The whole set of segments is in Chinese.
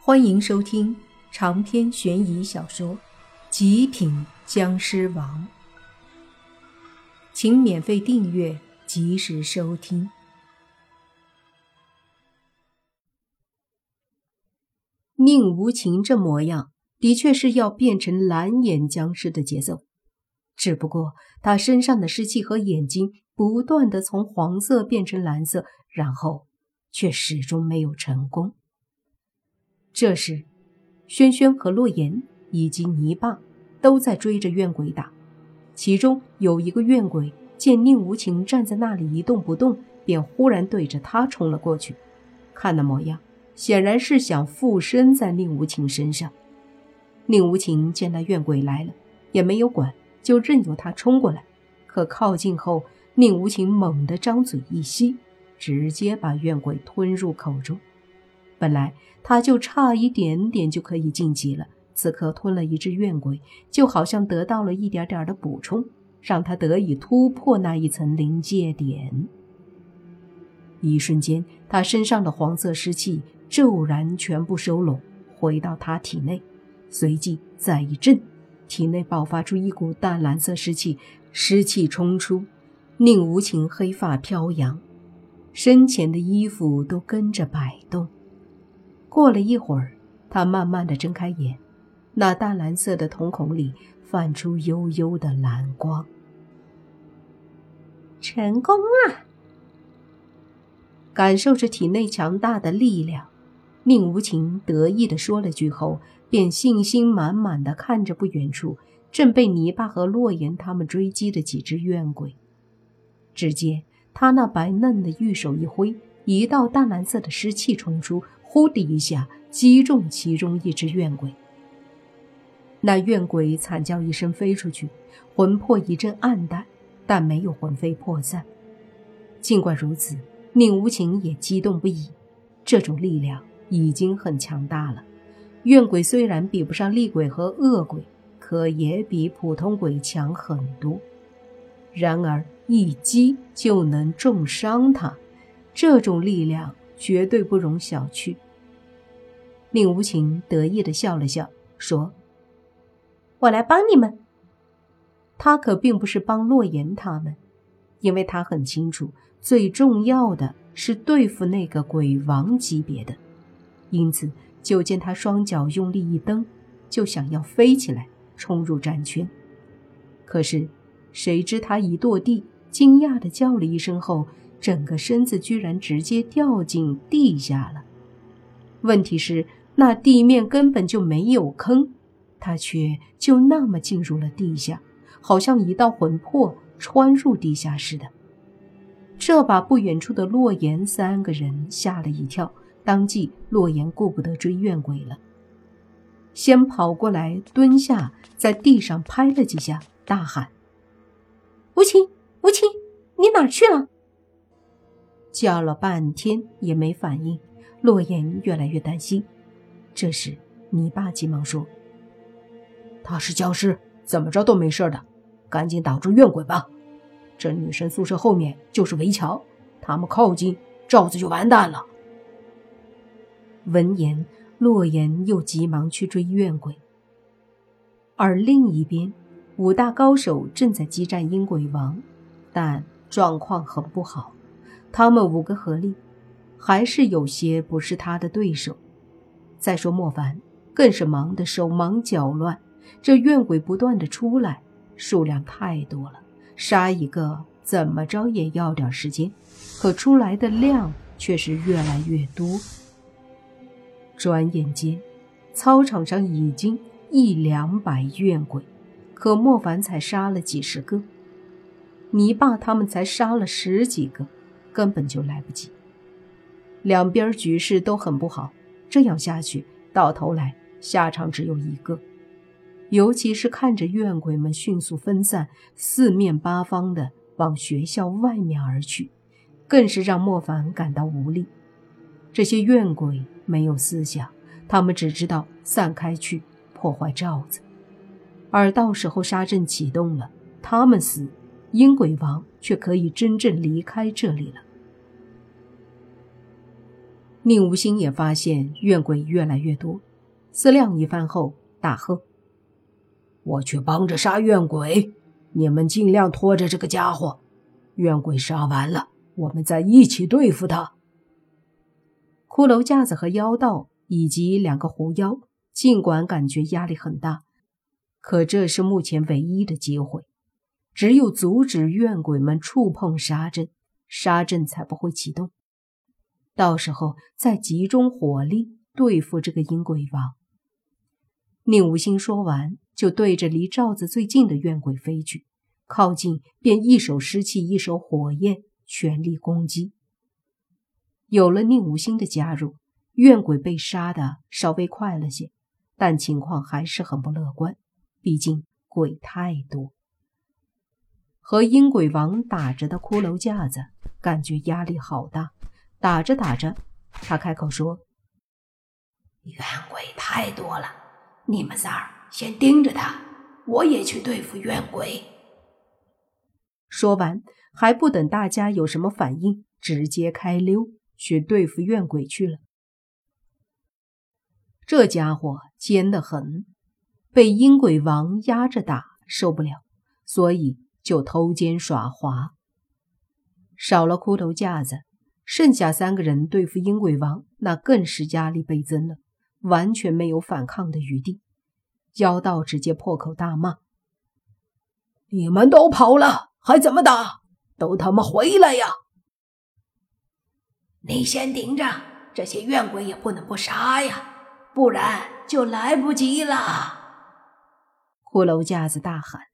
欢迎收听长篇悬疑小说《极品僵尸王》，请免费订阅，及时收听。宁无情这模样，的确是要变成蓝眼僵尸的节奏，只不过他身上的湿气和眼睛不断地从黄色变成蓝色，然后却始终没有成功。这时，轩轩和洛言以及泥巴都在追着怨鬼打，其中有一个怨鬼见宁无情站在那里一动不动，便忽然对着他冲了过去，看那模样，显然是想附身在宁无情身上。宁无情见那怨鬼来了，也没有管，就任由他冲过来。可靠近后，宁无情猛地张嘴一吸，直接把怨鬼吞入口中。本来他就差一点点就可以晋级了，此刻吞了一只怨鬼，就好像得到了一点点的补充，让他得以突破那一层临界点。一瞬间，他身上的黄色湿气骤然全部收拢，回到他体内，随即再一震，体内爆发出一股淡蓝色湿气，湿气冲出，宁无情黑发飘扬，身前的衣服都跟着摆动。过了一会儿，他慢慢地睁开眼，那淡蓝色的瞳孔里泛出幽幽的蓝光。成功了！感受着体内强大的力量，宁无情得意地说了句后，便信心满满地看着不远处正被泥巴和洛言他们追击的几只怨鬼。只见他那白嫩的玉手一挥，一道淡蓝色的湿气冲出，呼的一下击中其中一只怨鬼。那怨鬼惨叫一声飞出去，魂魄一阵暗淡，但没有魂飞魄散。尽管如此，宁无情也激动不已，这种力量已经很强大了。怨鬼虽然比不上厉鬼和恶鬼，可也比普通鬼强很多。然而一击就能重伤他，这种力量绝对不容小觑。宁无情得意地笑了笑，说：“我来帮你们。”他可并不是帮洛言他们，因为他很清楚，最重要的是对付那个鬼王级别的。因此，就见他双脚用力一蹬，就想要飞起来，冲入战圈。可是，谁知他一跺地，惊讶地叫了一声后，整个身子居然直接掉进地下了。问题是，那地面根本就没有坑，他却就那么进入了地下，好像一道魂魄穿入地下似的。这把不远处的洛言三个人吓了一跳，当即洛言顾不得追怨鬼了，先跑过来蹲下，在地上拍了几下，大喊：“无情，无情，你哪儿去了？”叫了半天也没反应，洛言越来越担心。这时泥巴急忙说：“他是僵尸，怎么着都没事的，赶紧挡住怨鬼吧。这女生宿舍后面就是围墙，他们靠近，罩子就完蛋了。”闻言，洛言又急忙去追怨鬼。而另一边，5大高手正在激战阴鬼王，但状况很不好，他们5个合力，还是有些不是他的对手。再说莫凡更是忙得手忙脚乱，这怨鬼不断地出来，数量太多了，杀一个怎么着也要点时间，可出来的量却是越来越多。转眼间，操场上已经100-200怨鬼，可莫凡才杀了几十个，泥巴他们才杀了10几个，根本就来不及。两边局势都很不好，这样下去，到头来下场只有一个。尤其是看着怨鬼们迅速分散，四面八方的往学校外面而去，更是让莫凡感到无力。这些怨鬼没有思想，他们只知道散开去，破坏罩子。而到时候杀阵启动了，他们死，阴鬼王却可以真正离开这里了。 宁无心也发现怨鬼越来越多，思量一番后大喝：我去帮着杀怨鬼，你们尽量拖着这个家伙，怨鬼杀完了，我们再一起对付他。骷髅架子和妖道以及2个狐妖尽管感觉压力很大，可这是目前唯一的机会，只有阻止怨鬼们触碰杀阵，杀阵才不会启动，到时候再集中火力对付这个阴鬼王。宁无心说完，就对着离罩子最近的怨鬼飞去，靠近便一手湿气一手火焰，全力攻击。有了宁无心的加入，怨鬼被杀的稍微快了些，但情况还是很不乐观，毕竟鬼太多。和阴鬼王打着的骷髅架子感觉压力好大，打着打着，他开口说：怨鬼太多了，你们仨先盯着他，我也去对付怨鬼。说完，还不等大家有什么反应，直接开溜去对付怨鬼去了。这家伙奸得很，被阴鬼王压着打受不了，所以就偷奸耍滑。少了骷髅架子，剩下3个人对付阴鬼王，那更是压力倍增了，完全没有反抗的余地。妖道直接破口大骂：你们都跑了，还怎么打？都他妈回来呀！你先顶着，这些怨鬼也不能不杀呀，不然就来不及了。骷髅架子大喊：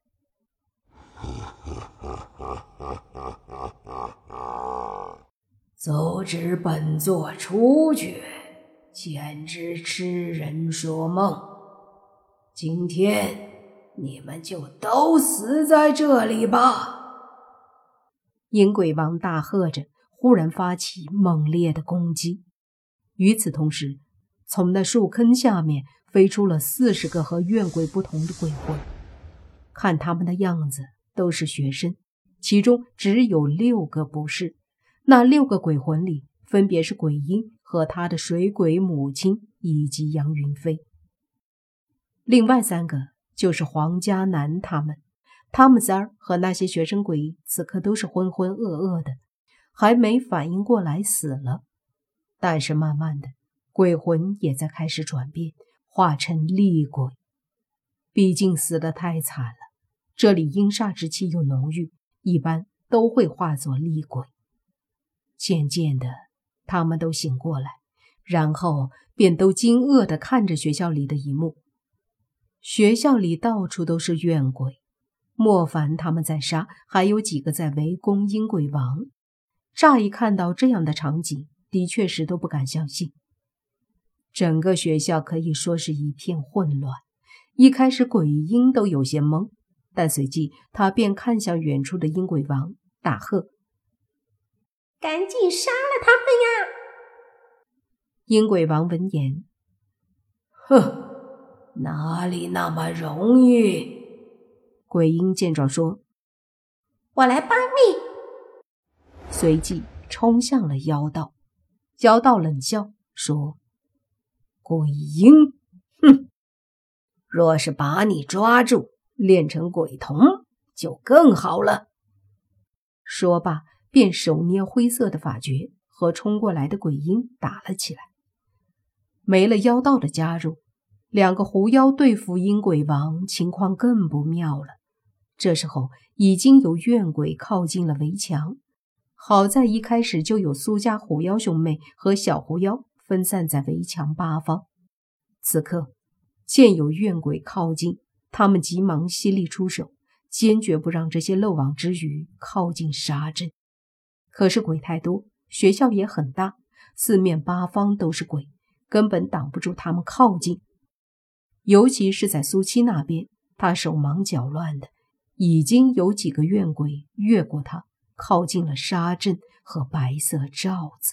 阻止本座出去，简直痴人说梦！今天你们就都死在这里吧！阴鬼王大喝着，忽然发起猛烈的攻击。与此同时，从那树坑下面飞出了40个和怨鬼不同的鬼魂，看他们的样子都是学生，其中只有6个不是。那6个鬼魂里分别是鬼婴和他的水鬼母亲以及杨云飞。另外3个就是黄家南他们仨和那些学生鬼此刻都是浑浑噩噩的，还没反应过来死了。但是慢慢的，鬼魂也在开始转变，化成厉鬼。毕竟死得太惨了，这里阴煞之气又浓郁，一般都会化作厉鬼。渐渐的，他们都醒过来，然后便都惊愕地看着学校里的一幕。学校里到处都是怨鬼，莫凡他们在杀，还有几个在围攻阴鬼王。乍一看到这样的场景，的确是都不敢相信。整个学校可以说是一片混乱。一开始鬼婴都有些懵，但随即他便看向远处的阴鬼王，大喝：赶紧杀了他们呀！阴鬼王闻言，哼，哪里那么容易？鬼婴见状说：我来帮你。随即冲向了妖道。妖道冷笑说：鬼婴，哼，若是把你抓住练成鬼童就更好了。说罢便手捏灰色的法诀，和冲过来的鬼婴打了起来。没了妖道的加入，2个狐妖对付阴鬼王情况更不妙了。这时候已经有怨鬼靠近了围墙，好在一开始就有苏家狐妖兄妹和小狐妖分散在围墙8方。此刻见有怨鬼靠近，他们急忙犀利出手，坚决不让这些漏网之鱼靠近杀阵。可是鬼太多，学校也很大，四面8方都是鬼，根本挡不住他们靠近。尤其是在苏七那边，他手忙脚乱的，已经有几个怨鬼越过他，靠近了杀阵和白色罩子。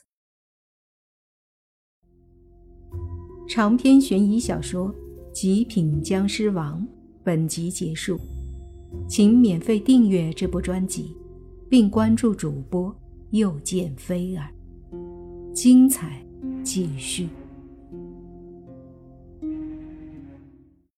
长篇悬疑小说《极品僵尸王》本集结束，请免费订阅这部专辑，并关注主播又见菲儿，精彩继续。